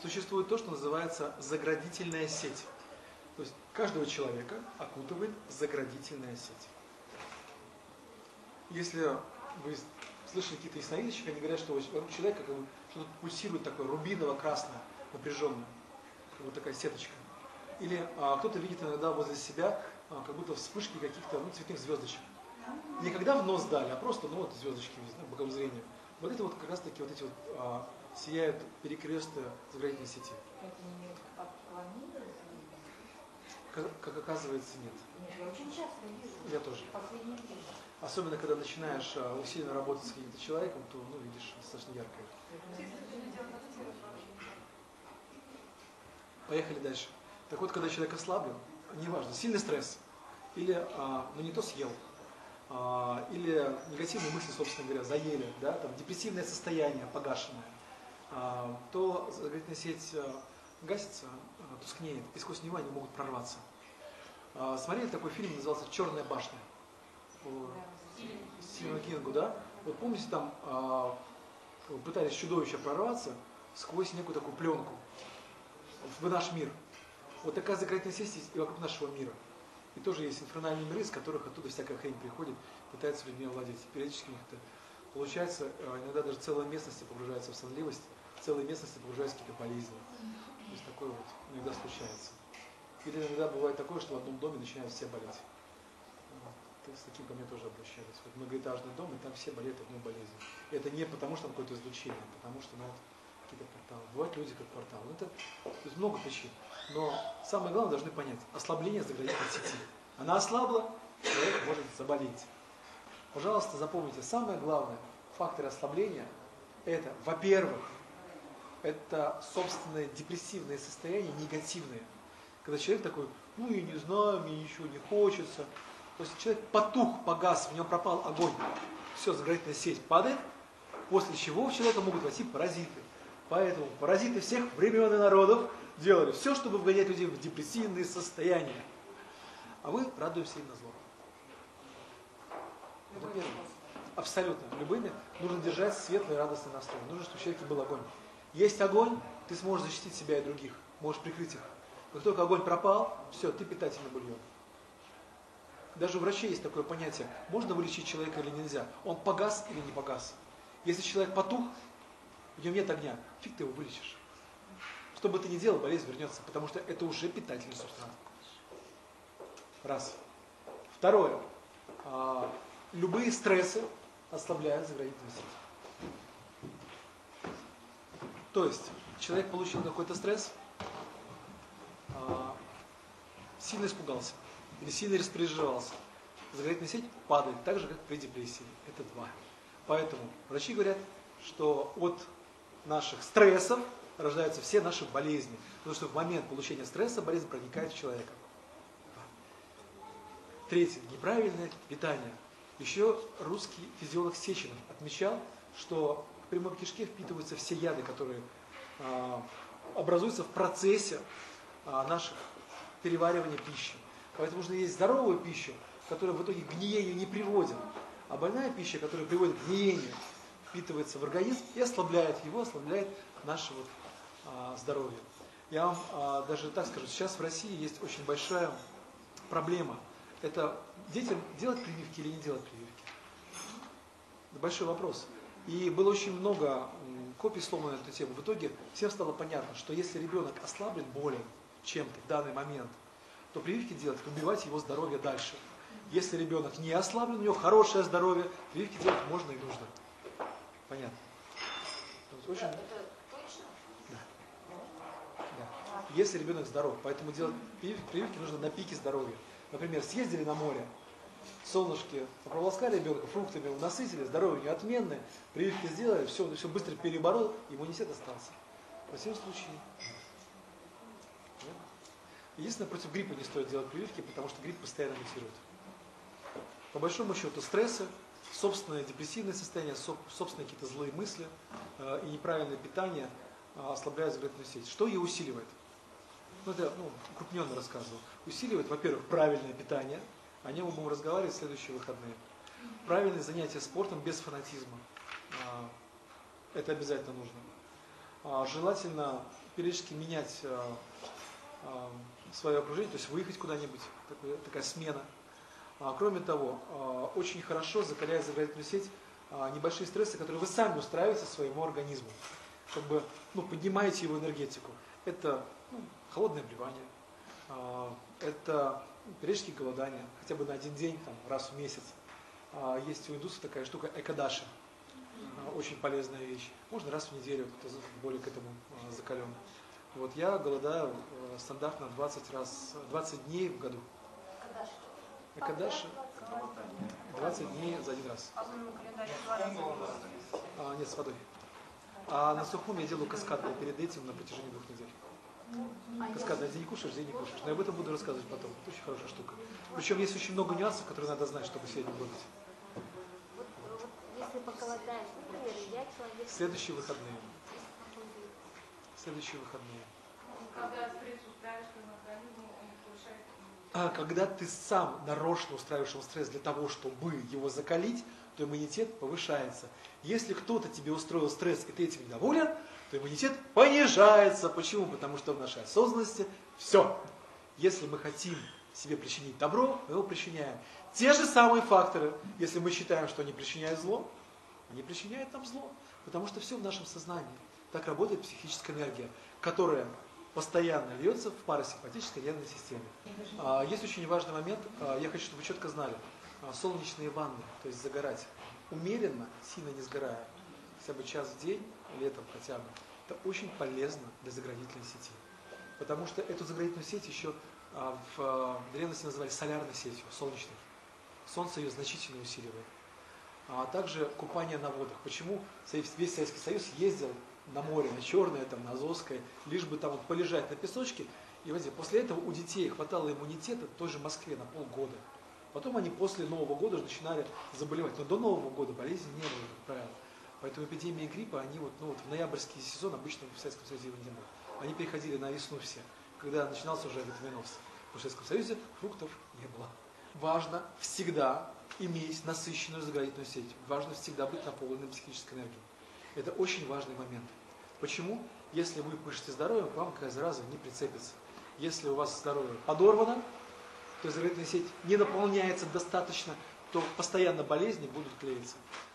существует то, что называется заградительная сеть. То есть каждого человека окутывает заградительная сеть. Если вы слышали какие-то ясновидящих, они говорят, что вокруг человека как бы что-то пульсирует такое рубиново-красное, напряженное, вот такая сеточка. Или кто-то видит иногда возле себя как будто вспышки каких-то цветных звездочек. Не когда в нос дали, а просто звездочки в боковом зрении. Вот это вот как раз таки вот эти вот сияют перекрестные заградительной сети. Это не отклонение? Как оказывается, нет. Нет, я очень часто вижу. Я тоже. Последнее время. Особенно, когда начинаешь усиленно работать с каким-то человеком, то видишь достаточно яркое. Поехали дальше. Так вот, когда человек ослаблен, неважно, сильный стресс, или не то съел, или негативные мысли, собственно говоря, заели, да, там, депрессивное состояние погашенное, то заградительная сеть гасится, тускнеет, и сквозь него они могут прорваться. Смотрели такой фильм, назывался «Черная башня». Стивену Кингу, да? Вот помните, там пытались чудовища прорваться сквозь некую такую пленку в наш мир. Вот такая заградительная сеть есть и вокруг нашего мира. И тоже есть инфернальные миры, из которых оттуда всякая хрень приходит, пытается людьми овладеть. Периодически у них это получается, иногда даже целые местности погружаются в сонливость, целые местности погружаются в какие-то болезни. То есть такое вот иногда случается. Или иногда бывает такое, что в одном доме начинают все болеть. То есть с таким ко мне тоже обращались. Вот многоэтажный дом, и там все болеют одной болезнью. И это не потому, что там какое-то излучение, а потому что какие-то порталы. Бывают люди как порталы. То есть много причин. Но самое главное, должны понять, ослабление заградительной сети. Она ослабла, человек может заболеть. Пожалуйста, запомните, самое главное, фактор ослабления, это, во-первых, это собственное депрессивное состояние, негативное. Когда человек такой, я не знаю, мне ничего не хочется. То есть человек потух, погас, в нем пропал огонь. Все, заградительная сеть падает, после чего в человека могут войти паразиты. Поэтому паразиты всех времен и народов делали все, чтобы вгонять людей в депрессивные состояния. А мы радуемся им на зло. Это первое. Абсолютно. Любыми нужно держать светлый, радостный настрой. Нужно, чтобы в человеке был огонь. Есть огонь, ты сможешь защитить себя и других. Можешь прикрыть их. Как только огонь пропал, все, ты питательный бульон. Даже у врачей есть такое понятие, можно вылечить человека или нельзя. Он погас или не погас. Если человек потух, в нем нет огня, фиг ты его вылечишь. Что бы ты ни делал, болезнь вернется, потому что это уже питательный субстрат. Раз. Второе. Любые стрессы ослабляют заградительную сеть. То есть, человек получил какой-то стресс, сильно испугался или сильно распереживался. Заградительная сеть падает, так же, как при депрессии. Это 2. Поэтому врачи говорят, что от наших стрессов рождаются все наши болезни. Потому что в момент получения стресса болезнь проникает в человека. 3. Неправильное питание. Еще русский физиолог Сеченов отмечал, что в прямой кишке впитываются все яды, которые образуются в процессе наших переваривания пищи. Поэтому нужно есть здоровую пищу, которая в итоге к гниению не приводит. А больная пища, которая приводит к гниению, впитывается в организм и ослабляет его, ослабляет наше здоровье. Я вам даже так скажу, сейчас в России есть очень большая проблема. Это детям делать прививки или не делать прививки? Это большой вопрос. И было очень много копий сломано на эту тему. В итоге всем стало понятно, что если ребенок ослаблен, болен чем-то в данный момент, то прививки делать, убивать его здоровье дальше. Если ребенок не ослаблен, у него хорошее здоровье, прививки делать можно и нужно. Понятно? Очень... Это точно? Да. Да. Если ребенок здоров, поэтому делать прививки нужно на пике здоровья. Например, съездили на море, солнышки прополоскали ребенка, фруктами насытили, здоровье не отменное, прививки сделали, все быстро переборол, иммунитет остался. Во всем случае. Единственное, против гриппа не стоит делать прививки, потому что грипп постоянно мутирует. По большому счету стрессы, собственное депрессивное состояние, собственные какие-то злые мысли и неправильное питание ослабляют заградительную сеть. Что ее усиливает? Это укрупненно рассказывал. Усиливает, во-первых, правильное питание. О нем мы будем разговаривать в следующие выходные. Правильное занятие спортом без фанатизма. Это обязательно нужно. Желательно периодически менять свое окружение, то есть выехать куда-нибудь, такая смена. Кроме того, очень хорошо закаляя заградительную сеть небольшие стрессы, которые вы сами устраиваете своему организму. Как бы, поднимаете его энергетику. Это холодное обливание, это периодические голодания, хотя бы на один день, раз в месяц. Есть у индусов такая штука экадаши, очень полезная вещь. Можно раз в неделю, кто более к этому закален. Вот я голодаю стандартно 20 дней в году. Экадаши 20 дней за один раз. Нет, с водой. А на сухом я делаю каскадно перед этим на протяжении 2 недель. Каскадно, где не кушаешь, где не кушаешь. Но я об этом буду рассказывать потом. Это очень хорошая штука. Причем есть очень много нюансов, которые надо знать, чтобы сегодня выиграть. Вот если поголодаешь, например, я человек... Следующие выходные. Следующие выходные. Когда стресс устраиваешь своему организму, он повышает. Когда ты сам нарочно устраиваешь ему стресс для того, чтобы его закалить, то иммунитет повышается. Если кто-то тебе устроил стресс, и ты этим недоволен, то иммунитет понижается. Почему? Потому что в нашей осознанности все. Если мы хотим себе причинить добро, мы его причиняем. Те же самые факторы, если мы считаем, что они причиняют зло, они причиняют нам зло. Потому что все в нашем сознании. Так работает психическая энергия, которая постоянно льется в парасимпатической нервной системе. Есть очень важный момент, я хочу, чтобы вы четко знали. Солнечные ванны, то есть загорать умеренно, сильно не сгорая, хотя бы час в день, летом хотя бы, это очень полезно для заградительной сети. Потому что эту заградительную сеть еще в древности называли солярной сетью, солнечной. Солнце ее значительно усиливает. А также купание на водах. Почему весь Советский Союз ездил на море, на Черное, на Азовское, лишь бы там полежать на песочке. И вот после этого у детей хватало иммунитета в той же Москве на полгода. Потом они после Нового года уже начинали заболевать. Но до Нового года болезни не было, как правило. Поэтому эпидемии гриппа, они в ноябрьский сезон, обычно в Советском Союзе его не было. Они переходили на весну все, когда начинался уже витаминоз. В Советском Союзе фруктов не было. Важно всегда иметь насыщенную заградительную сеть. Важно всегда быть наполненным психической энергией. Это очень важный момент. Почему? Если вы пышете здоровьем, к вам какая зараза не прицепится. Если у вас здоровье подорвано, то заградительная сеть не наполняется достаточно, то постоянно болезни будут клеиться.